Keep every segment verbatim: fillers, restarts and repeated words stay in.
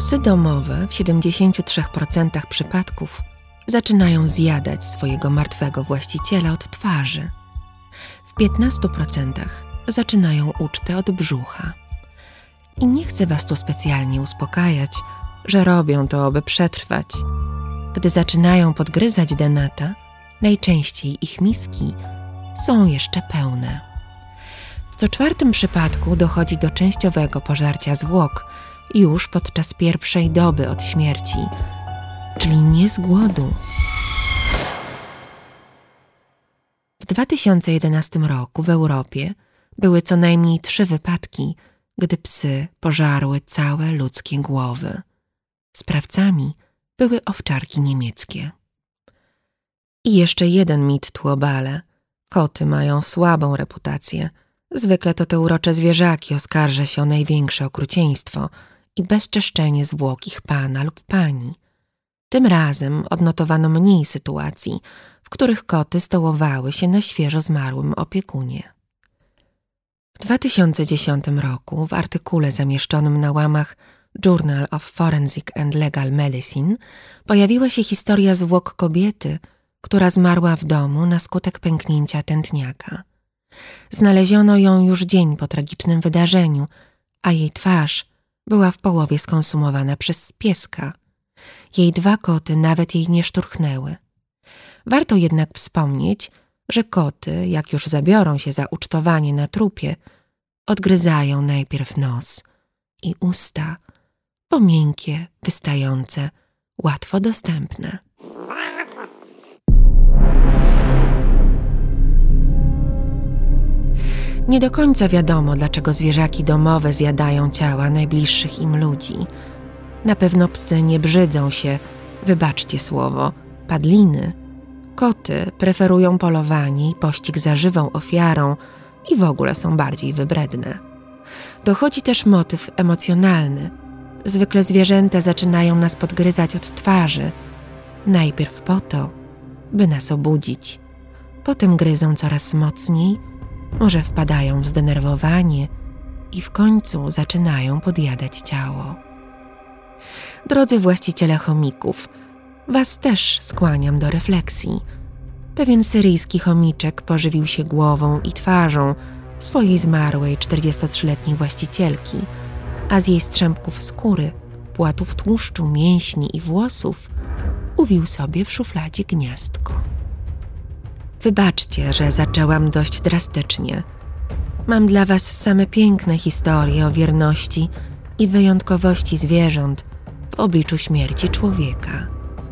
Psy domowe w siedemdziesięciu trzech procentach przypadków zaczynają zjadać swojego martwego właściciela od twarzy. W piętnastu procentach zaczynają ucztę od brzucha. I nie chcę was tu specjalnie uspokajać, że robią to, aby przetrwać. Gdy zaczynają podgryzać denata, najczęściej ich miski są jeszcze pełne. W co czwartym przypadku dochodzi do częściowego pożarcia zwłok już podczas pierwszej doby od śmierci, czyli nie z głodu. W dwa tysiące jedenastym roku w Europie były co najmniej trzy wypadki, gdy psy pożarły całe ludzkie głowy. Sprawcami były owczarki niemieckie. I jeszcze jeden mit tu obale. Koty mają słabą reputację. Zwykle to te urocze zwierzaki oskarża się o największe okrucieństwo i bezczeszczenie zwłok ich pana lub pani. Tym razem odnotowano mniej sytuacji, w których koty stołowały się na świeżo zmarłym opiekunie. W dwa tysiące dziesiątym roku w artykule zamieszczonym na łamach Journal of Forensic and Legal Medicine pojawiła się historia zwłok kobiety, która zmarła w domu na skutek pęknięcia tętniaka. Znaleziono ją już dzień po tragicznym wydarzeniu, a jej twarz była w połowie skonsumowana przez pieska. Jej dwa koty nawet jej nie szturchnęły. Warto jednak wspomnieć, że koty, jak już zabiorą się za ucztowanie na trupie, odgryzają najpierw nos i usta, bo miękkie, wystające, łatwo dostępne. Nie do końca wiadomo, dlaczego zwierzaki domowe zjadają ciała najbliższych im ludzi. Na pewno psy nie brzydzą się, wybaczcie słowo, padliny. Koty preferują polowanie i pościg za żywą ofiarą i w ogóle są bardziej wybredne. Dochodzi też motyw emocjonalny. Zwykle zwierzęta zaczynają nas podgryzać od twarzy. Najpierw po to, by nas obudzić. Potem gryzą coraz mocniej, może wpadają w zdenerwowanie i w końcu zaczynają podjadać ciało. Drodzy właściciele chomików, was też skłaniam do refleksji. Pewien syryjski chomiczek pożywił się głową i twarzą swojej zmarłej czterdziestotrzyletniej właścicielki, a z jej strzępków skóry, płatów tłuszczu, mięśni i włosów uwił sobie w szufladzie gniazdko. Wybaczcie, że zaczęłam dość drastycznie. Mam dla was same piękne historie o wierności i wyjątkowości zwierząt w obliczu śmierci człowieka.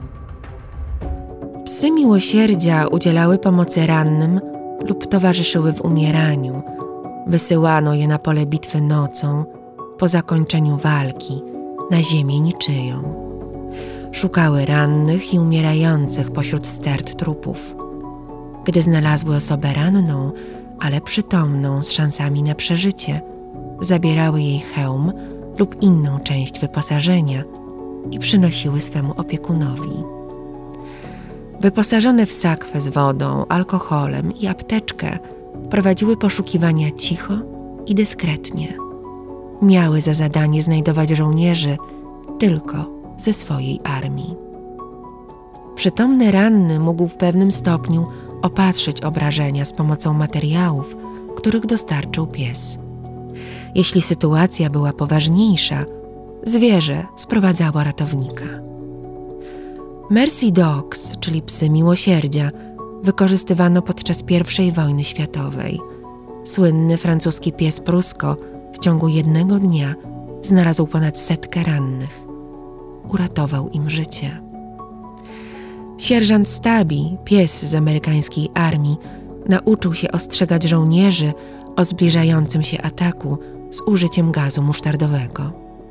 Psy miłosierdzia udzielały pomocy rannym lub towarzyszyły w umieraniu. Wysyłano je na pole bitwy nocą, po zakończeniu walki, na ziemię niczyją. Szukały rannych i umierających pośród stert trupów. Gdy znalazły osobę ranną, ale przytomną z szansami na przeżycie, zabierały jej hełm lub inną część wyposażenia i przynosiły swemu opiekunowi. Wyposażone w sakwę z wodą, alkoholem i apteczkę prowadziły poszukiwania cicho i dyskretnie. Miały za zadanie znajdować żołnierzy tylko ze swojej armii. Przytomny ranny mógł w pewnym stopniu opatrzyć obrażenia z pomocą materiałów, których dostarczył pies. Jeśli sytuacja była poważniejsza, zwierzę sprowadzało ratownika. Mercy Dogs, czyli psy miłosierdzia, wykorzystywano podczas pierwszej wojny światowej. Słynny francuski pies Prusko w ciągu jednego dnia znalazł ponad setkę rannych. Uratował im życie. Sierżant Stabi, pies z amerykańskiej armii, nauczył się ostrzegać żołnierzy o zbliżającym się ataku z użyciem gazu musztardowego.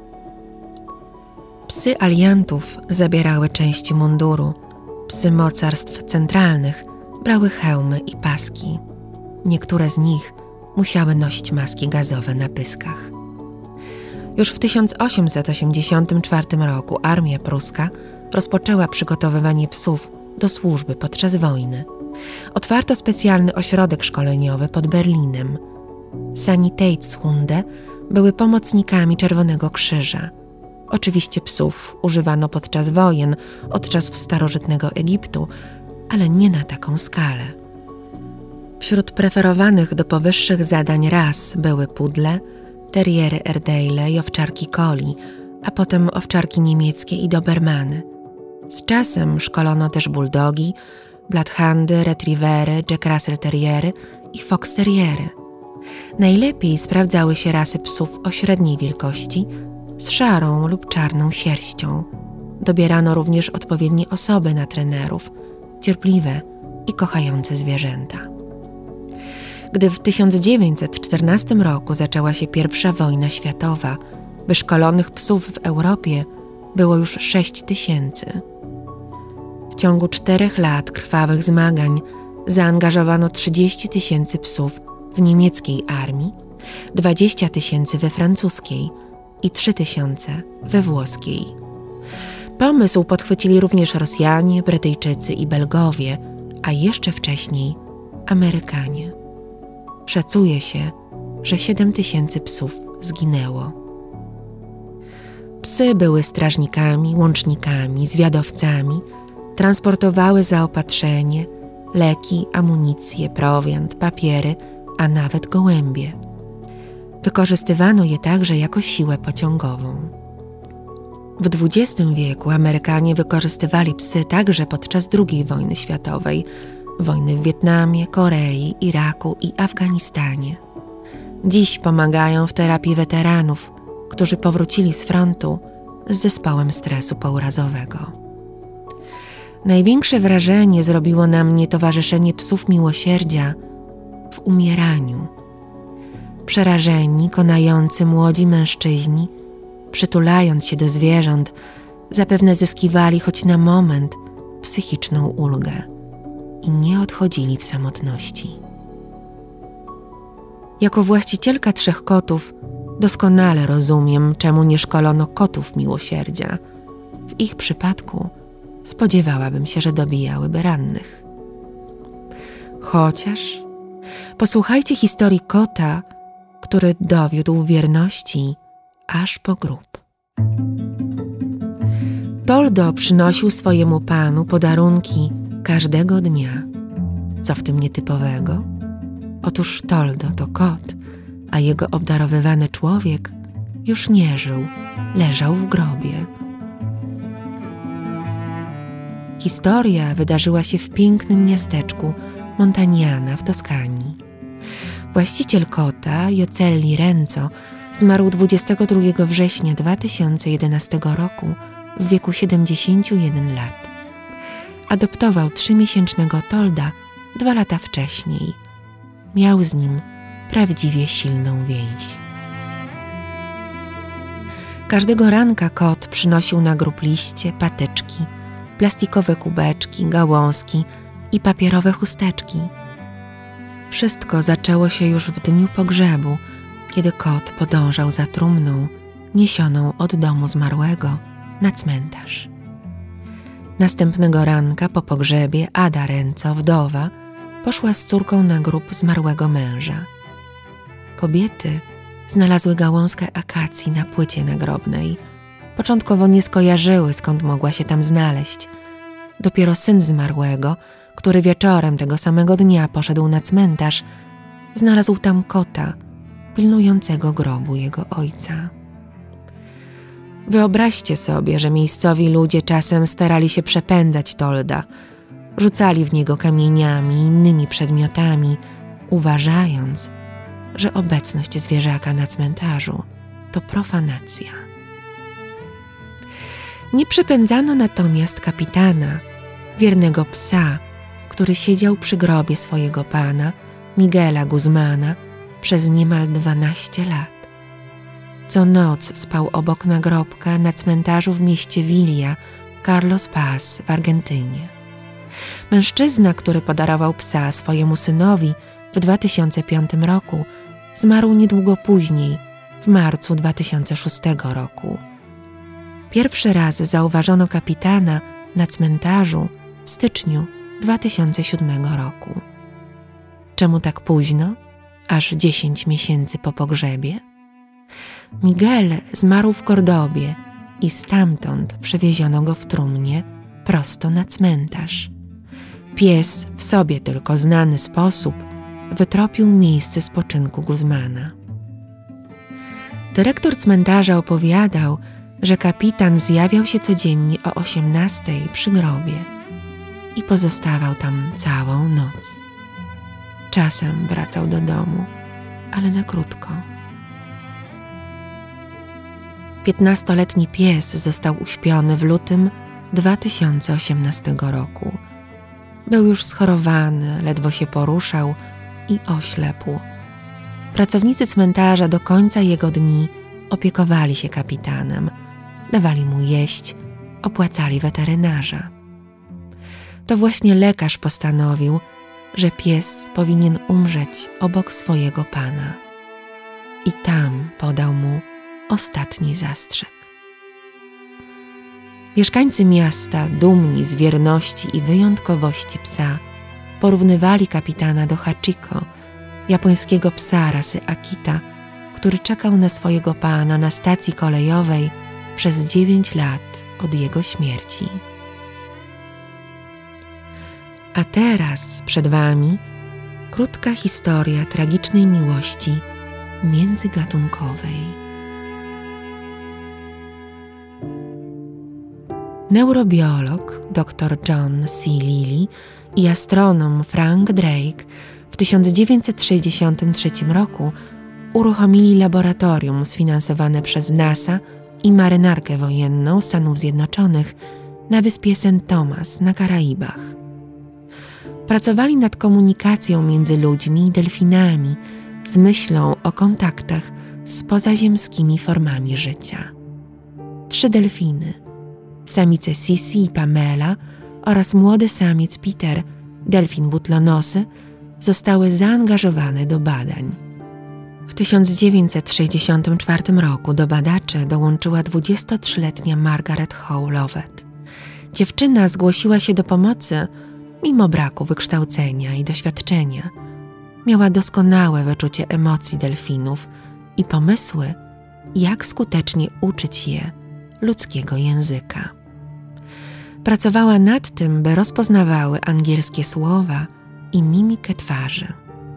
Psy aliantów zabierały części munduru, psy mocarstw centralnych brały hełmy i paski. Niektóre z nich musiały nosić maski gazowe na pyskach. Już w tysiąc osiemset osiemdziesiątym czwartym roku armia pruska rozpoczęła przygotowywanie psów do służby podczas wojny. Otwarto specjalny ośrodek szkoleniowy pod Berlinem. Sanitätshunde były pomocnikami Czerwonego Krzyża. Oczywiście psów używano podczas wojen od czasów starożytnego Egiptu, ale nie na taką skalę. Wśród preferowanych do powyższych zadań ras były pudle, teriery Airedale i owczarki Collie, a potem owczarki niemieckie i dobermany. Z czasem szkolono też bulldogi, bloodhoundy, retrievery, Jack Russell Terriery i fox terriery. Najlepiej sprawdzały się rasy psów o średniej wielkości z szarą lub czarną sierścią. Dobierano również odpowiednie osoby na trenerów, cierpliwe i kochające zwierzęta. Gdy w tysiąc dziewięćset czternastym roku zaczęła się pierwsza wojna światowa, wyszkolonych psów w Europie było już sześć tysięcy. W ciągu czterech lat krwawych zmagań zaangażowano trzydzieści tysięcy psów w niemieckiej armii, dwadzieścia tysięcy we francuskiej i trzy tysiące we włoskiej. Pomysł podchwycili również Rosjanie, Brytyjczycy i Belgowie, a jeszcze wcześniej Amerykanie. Szacuje się, że siedem tysięcy psów zginęło. Psy były strażnikami, łącznikami, zwiadowcami, transportowały zaopatrzenie, leki, amunicję, prowiant, papiery, a nawet gołębie. Wykorzystywano je także jako siłę pociągową. W dwudziestym wieku Amerykanie wykorzystywali psy także podczas drugiej wojny światowej, wojny w Wietnamie, Korei, Iraku i Afganistanie. Dziś pomagają w terapii weteranów, którzy powrócili z frontu z zespołem stresu pourazowego. Największe wrażenie zrobiło na mnie towarzyszenie psów miłosierdzia w umieraniu. Przerażeni, konający młodzi mężczyźni, przytulając się do zwierząt, zapewne zyskiwali choć na moment psychiczną ulgę i nie odchodzili w samotności. Jako właścicielka trzech kotów doskonale rozumiem, czemu nie szkolono kotów miłosierdzia. W ich przypadku spodziewałabym się, że dobijałyby rannych. Chociaż posłuchajcie historii kota, który dowiódł wierności aż po grób. Toldo przynosił swojemu panu podarunki każdego dnia. Co w tym nietypowego? Otóż Toldo to kot, a jego obdarowywany człowiek już nie żył, leżał w grobie. Historia wydarzyła się w pięknym miasteczku Montagnana w Toskanii. Właściciel kota, Jocelli Renzo, zmarł dwudziestego drugiego września dwa tysiące jedenastego roku w wieku siedemdziesięciu jeden lat. Adoptował trzymiesięcznego Tolda dwa lata wcześniej. Miał z nim prawdziwie silną więź. Każdego ranka kot przynosił na grób liście, patyczki, plastikowe kubeczki, gałązki i papierowe chusteczki. Wszystko zaczęło się już w dniu pogrzebu, kiedy kot podążał za trumną niesioną od domu zmarłego na cmentarz. Następnego ranka po pogrzebie Ada Renzo, wdowa, poszła z córką na grób zmarłego męża. Kobiety znalazły gałązkę akacji na płycie nagrobnej. Początkowo nie skojarzyły, skąd mogła się tam znaleźć. Dopiero syn zmarłego, który wieczorem tego samego dnia poszedł na cmentarz, znalazł tam kota pilnującego grobu jego ojca. Wyobraźcie sobie, że miejscowi ludzie czasem starali się przepędzać Tolda. Rzucali w niego kamieniami i innymi przedmiotami, uważając, że obecność zwierzaka na cmentarzu to profanacja. Nie przepędzano natomiast kapitana, wiernego psa, który siedział przy grobie swojego pana, Miguela Guzmana, przez niemal dwanaście lat. Co noc spał obok nagrobka na cmentarzu w mieście Villa, Carlos Paz w Argentynie. Mężczyzna, który podarował psa swojemu synowi w dwa tysiące piątym roku, zmarł niedługo później, w marcu dwa tysiące szóstego roku. Pierwszy raz zauważono kapitana na cmentarzu w styczniu dwa tysiące siódmego roku. Czemu tak późno? Aż dziesięć miesięcy po pogrzebie? Miguel zmarł w Kordobie i stamtąd przewieziono go w trumnie prosto na cmentarz. Pies w sobie tylko znany sposób wytropił miejsce spoczynku Guzmana. Dyrektor cmentarza opowiadał, że kapitan zjawiał się codziennie o osiemnastej przy grobie i pozostawał tam całą noc. Czasem wracał do domu, ale na krótko. Piętnastoletni pies został uśpiony w lutym dwa tysiące osiemnastego roku. Był już schorowany, ledwo się poruszał i oślepł. Pracownicy cmentarza do końca jego dni opiekowali się kapitanem, dawali mu jeść, opłacali weterynarza. To właśnie lekarz postanowił, że pies powinien umrzeć obok swojego pana. I tam podał mu ostatni zastrzyk. Mieszkańcy miasta, dumni z wierności i wyjątkowości psa, porównywali kapitana do Hachiko, japońskiego psa rasy Akita, który czekał na swojego pana na stacji kolejowej przez dziewięć lat od jego śmierci. A teraz przed wami krótka historia tragicznej miłości międzygatunkowej. Neurobiolog dr John C. Lilly i astronom Frank Drake w tysiąc dziewięćset sześćdziesiątym trzecim roku uruchomili laboratorium sfinansowane przez NASA i Marynarkę Wojenną Stanów Zjednoczonych na wyspie Saint Thomas na Karaibach. Pracowali nad komunikacją między ludźmi i delfinami z myślą o kontaktach z pozaziemskimi formami życia. Trzy delfiny, samice Sisi i Pamela oraz młody samiec Peter, delfin butlonosy, zostały zaangażowane do badań. W tysiąc dziewięćset sześćdziesiątym czwartym roku do badaczy dołączyła dwudziestotrzyletnia Margaret Howe Lovett. Dziewczyna zgłosiła się do pomocy mimo braku wykształcenia i doświadczenia. Miała doskonałe wyczucie emocji delfinów i pomysły, jak skutecznie uczyć je ludzkiego języka. Pracowała nad tym, by rozpoznawały angielskie słowa i mimikę twarzy.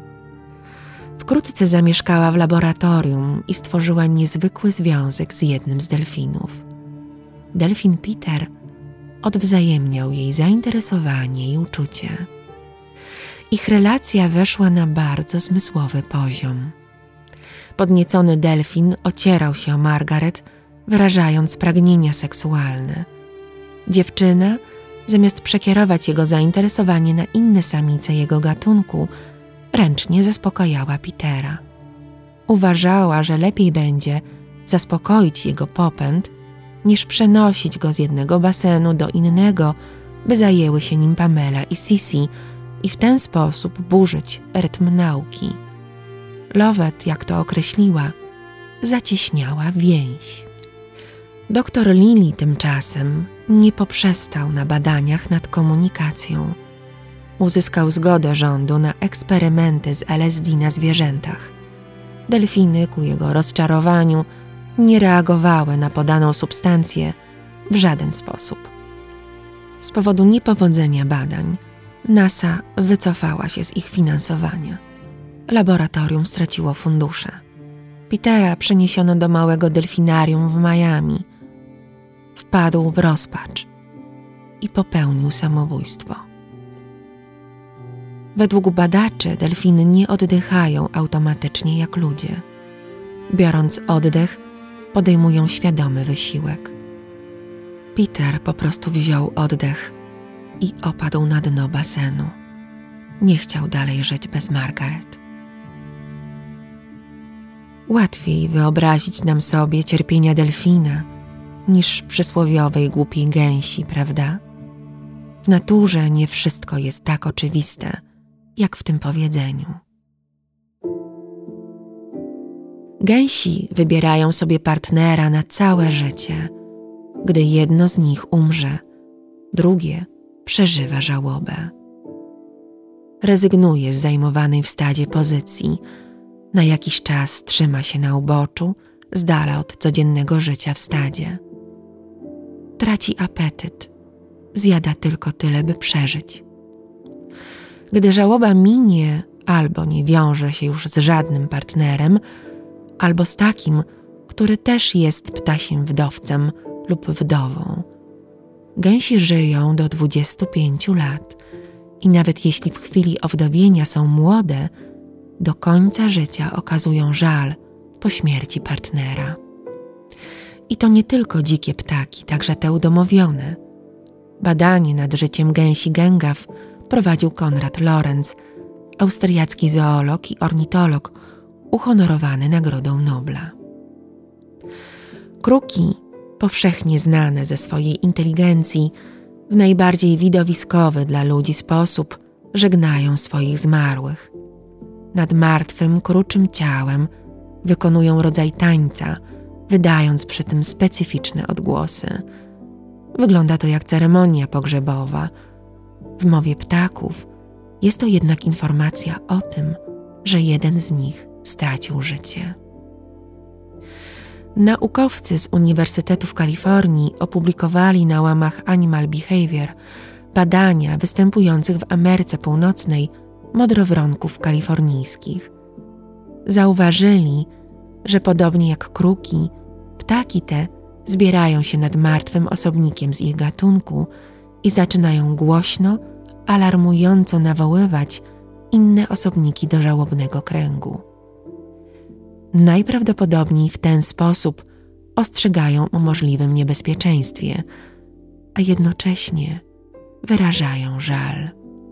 Wkrótce zamieszkała w laboratorium i stworzyła niezwykły związek z jednym z delfinów. Delfin Peter odwzajemniał jej zainteresowanie i uczucie. Ich relacja weszła na bardzo zmysłowy poziom. Podniecony delfin ocierał się o Margaret, wyrażając pragnienia seksualne. Dziewczyna, zamiast przekierować jego zainteresowanie na inne samice jego gatunku, ręcznie zaspokajała Petera. Uważała, że lepiej będzie zaspokoić jego popęd, niż przenosić go z jednego basenu do innego, by zajęły się nim Pamela i Sisi i w ten sposób burzyć rytm nauki. Lovett, jak to określiła, zacieśniała więź. Doktor Lilly tymczasem nie poprzestał na badaniach nad komunikacją. Uzyskał zgodę rządu na eksperymenty z L S D na zwierzętach. Delfiny, ku jego rozczarowaniu, nie reagowały na podaną substancję w żaden sposób. Z powodu niepowodzenia badań NASA wycofała się z ich finansowania. Laboratorium straciło fundusze. Petera przeniesiono do małego delfinarium w Miami. Wpadł w rozpacz i popełnił samobójstwo. Według badaczy delfiny nie oddychają automatycznie jak ludzie. Biorąc oddech, podejmują świadomy wysiłek. Peter po prostu wziął oddech i opadł na dno basenu. Nie chciał dalej żyć bez Margaret. Łatwiej wyobrazić nam sobie cierpienia delfina niż przysłowiowej głupiej gęsi, prawda? W naturze nie wszystko jest tak oczywiste, jak w tym powiedzeniu. Gęsi wybierają sobie partnera na całe życie. Gdy jedno z nich umrze, drugie przeżywa żałobę. Rezygnuje z zajmowanej w stadzie pozycji, na jakiś czas trzyma się na uboczu, z dala od codziennego życia w stadzie. traci apetyt, zjada tylko tyle, by przeżyć. Gdy żałoba minie, albo nie wiąże się już z żadnym partnerem, albo z takim, który też jest ptasim wdowcem lub wdową. Gęsi żyją do dwudziestu pięciu lat i nawet jeśli w chwili owdowienia są młode, do końca życia okazują żal po śmierci partnera. I to nie tylko dzikie ptaki, także te udomowione. Badanie nad życiem gęsi gęgaw prowadził Konrad Lorenz, austriacki zoolog i ornitolog uhonorowany Nagrodą Nobla. Kruki, powszechnie znane ze swojej inteligencji, w najbardziej widowiskowy dla ludzi sposób żegnają swoich zmarłych. Nad martwym, kruczym ciałem wykonują rodzaj tańca, wydając przy tym specyficzne odgłosy. Wygląda to jak ceremonia pogrzebowa. W mowie ptaków jest to jednak informacja o tym, że jeden z nich stracił życie. Naukowcy z Uniwersytetu w Kalifornii opublikowali na łamach Animal Behavior badania występujących w Ameryce Północnej modrowronków kalifornijskich. Zauważyli, że podobnie jak kruki, ptaki te zbierają się nad martwym osobnikiem z ich gatunku i zaczynają głośno, alarmująco nawoływać inne osobniki do żałobnego kręgu. Najprawdopodobniej w ten sposób ostrzegają o możliwym niebezpieczeństwie, a jednocześnie wyrażają żal.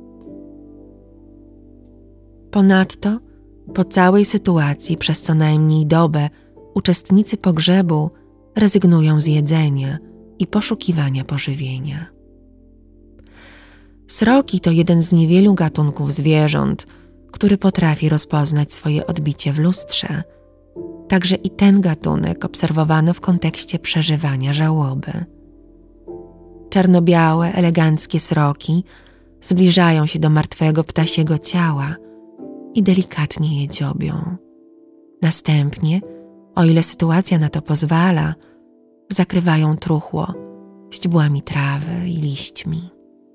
Ponadto, po całej sytuacji przez co najmniej dobę uczestnicy pogrzebu rezygnują z jedzenia i poszukiwania pożywienia. Sroki to jeden z niewielu gatunków zwierząt, który potrafi rozpoznać swoje odbicie w lustrze. Także i ten gatunek obserwowano w kontekście przeżywania żałoby. Czarno-białe, eleganckie sroki zbliżają się do martwego ptasiego ciała i delikatnie je dziobią. Następnie, o ile sytuacja na to pozwala, zakrywają truchło źdźbłami trawy i liśćmi.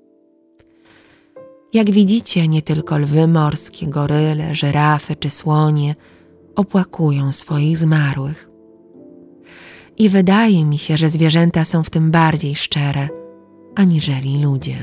Jak widzicie, nie tylko lwy morskie, goryle, żyrafy czy słonie opłakują swoich zmarłych. I wydaje mi się, że zwierzęta są w tym bardziej szczere, aniżeli ludzie.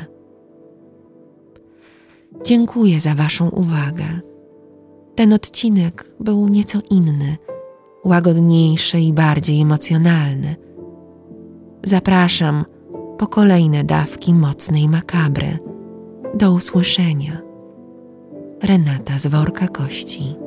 Dziękuję za Waszą uwagę. Ten odcinek był nieco inny, łagodniejszy i bardziej emocjonalny. Zapraszam po kolejne dawki mocnej makabry. Do usłyszenia. Renata z Worka Kości.